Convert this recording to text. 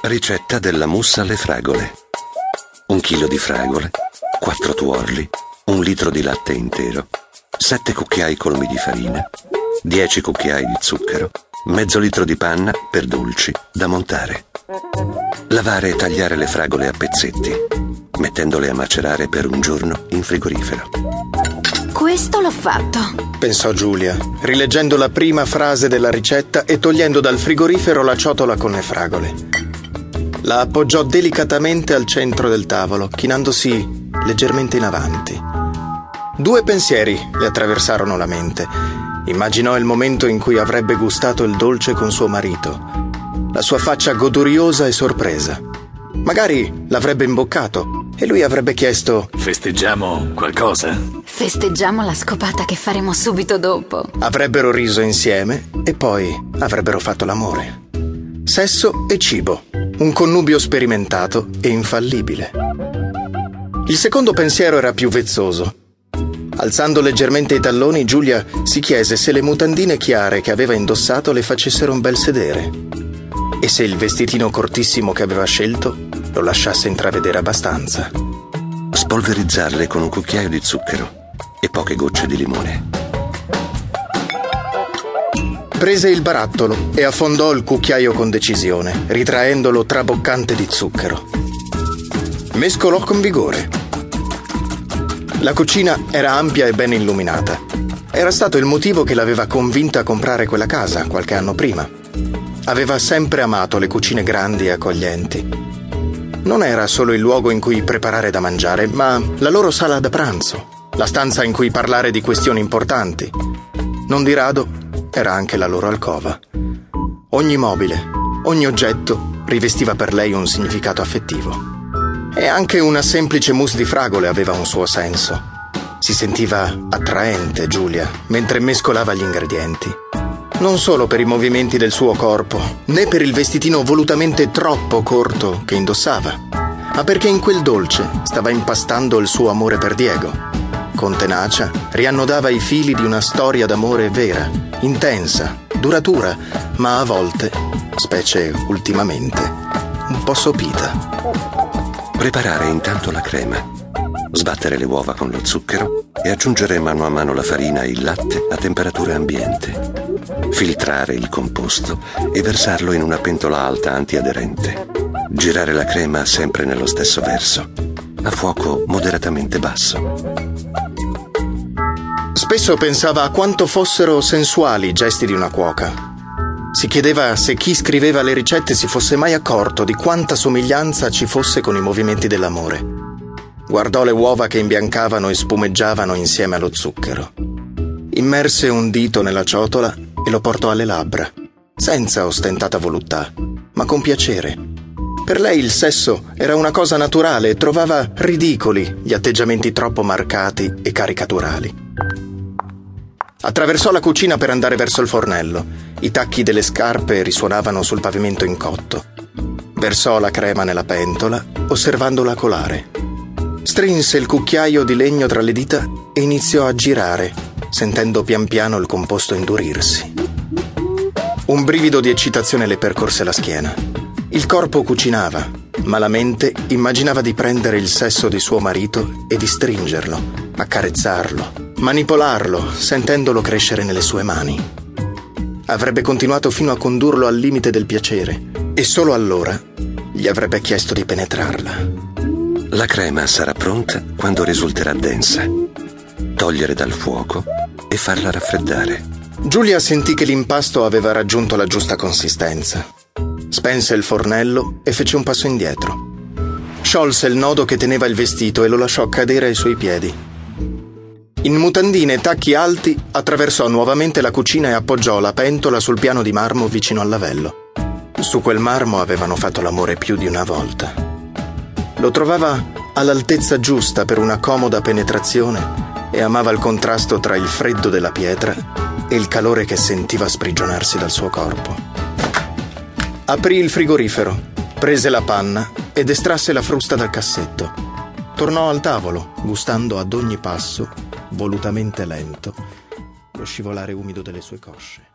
Ricetta della mousse alle fragole. 1 chilo di fragole, 4 tuorli, 1 litro di latte intero, 7 cucchiai colmi di farina, 10 cucchiai di zucchero, mezzo litro di panna per dolci da montare. Lavare e tagliare le fragole a pezzetti, mettendole a macerare per 1 giorno in frigorifero. Questo l'ho fatto, pensò Giulia, rileggendo la prima frase della ricetta e togliendo dal frigorifero la ciotola con le fragole. La appoggiò delicatamente al centro del tavolo, chinandosi leggermente in avanti. 2 pensieri le attraversarono la mente. Immaginò il momento in cui avrebbe gustato il dolce con suo marito, la sua faccia goduriosa e sorpresa. Magari l'avrebbe imboccato e lui avrebbe chiesto: festeggiamo qualcosa? Festeggiamo la scopata che faremo subito dopo. Avrebbero riso insieme e poi avrebbero fatto l'amore. Sesso e cibo, un connubio sperimentato e infallibile. Il secondo pensiero era più vezzoso. Alzando leggermente i talloni, Giulia si chiese se le mutandine chiare che aveva indossato le facessero un bel sedere e se il vestitino cortissimo che aveva scelto lo lasciasse intravedere abbastanza. Spolverizzarle con 1 cucchiaio di zucchero e poche gocce di limone. Prese il barattolo e affondò il cucchiaio con decisione, ritraendolo traboccante di zucchero. Mescolò con vigore. La cucina era ampia e ben illuminata. Era stato il motivo che l'aveva convinta a comprare quella casa qualche anno prima. Aveva sempre amato le cucine grandi e accoglienti. Non era solo il luogo in cui preparare da mangiare, ma la loro sala da pranzo, la stanza in cui parlare di questioni importanti. Non di rado era anche la loro alcova. Ogni mobile, ogni oggetto rivestiva per lei un significato affettivo. E anche una semplice mousse di fragole aveva un suo senso. Si sentiva attraente, Giulia, mentre mescolava gli ingredienti. Non solo per i movimenti del suo corpo, né per il vestitino volutamente troppo corto che indossava, ma perché in quel dolce stava impastando il suo amore per Diego. Con tenacia riannodava i fili di una storia d'amore vera, intensa, duratura, ma a volte, specie ultimamente, un po' sopita. Preparare intanto la crema. Sbattere le uova con lo zucchero e aggiungere mano a mano la farina e il latte a temperatura ambiente. Filtrare il composto e versarlo in una pentola alta antiaderente. Girare la crema sempre nello stesso verso, a fuoco moderatamente basso. Spesso pensava a quanto fossero sensuali i gesti di una cuoca. Si chiedeva se chi scriveva le ricette si fosse mai accorto di quanta somiglianza ci fosse con i movimenti dell'amore. Guardò le uova che imbiancavano e spumeggiavano insieme allo zucchero. Immerse un dito nella ciotola e lo portò alle labbra, senza ostentata voluttà, ma con piacere. Per lei il sesso era una cosa naturale e trovava ridicoli gli atteggiamenti troppo marcati e caricaturali. Attraversò la cucina per andare verso il fornello. I tacchi delle scarpe risuonavano sul pavimento incotto. Versò la crema nella pentola, osservandola colare. Strinse il cucchiaio di legno tra le dita e iniziò a girare, sentendo pian piano il composto indurirsi. Un brivido di eccitazione le percorse la schiena. Il corpo cucinava, ma la mente immaginava di prendere il sesso di suo marito e di stringerlo, accarezzarlo, manipolarlo, sentendolo crescere nelle sue mani. Avrebbe continuato fino a condurlo al limite del piacere e solo allora gli avrebbe chiesto di penetrarla. La crema sarà pronta quando risulterà densa. Togliere dal fuoco e farla raffreddare. Giulia sentì che l'impasto aveva raggiunto la giusta consistenza. Spense il fornello e fece un passo indietro. Sciolse il nodo che teneva il vestito e lo lasciò cadere ai suoi piedi. In mutandine e tacchi alti attraversò nuovamente la cucina e appoggiò la pentola sul piano di marmo vicino al lavello. Su quel marmo avevano fatto l'amore più di una volta. Lo trovava all'altezza giusta per una comoda penetrazione e amava il contrasto tra il freddo della pietra e il calore che sentiva sprigionarsi dal suo corpo. Aprì il frigorifero, prese la panna ed estrasse la frusta dal cassetto. Tornò al tavolo, gustando ad ogni passo, volutamente lento, lo scivolare umido delle sue cosce.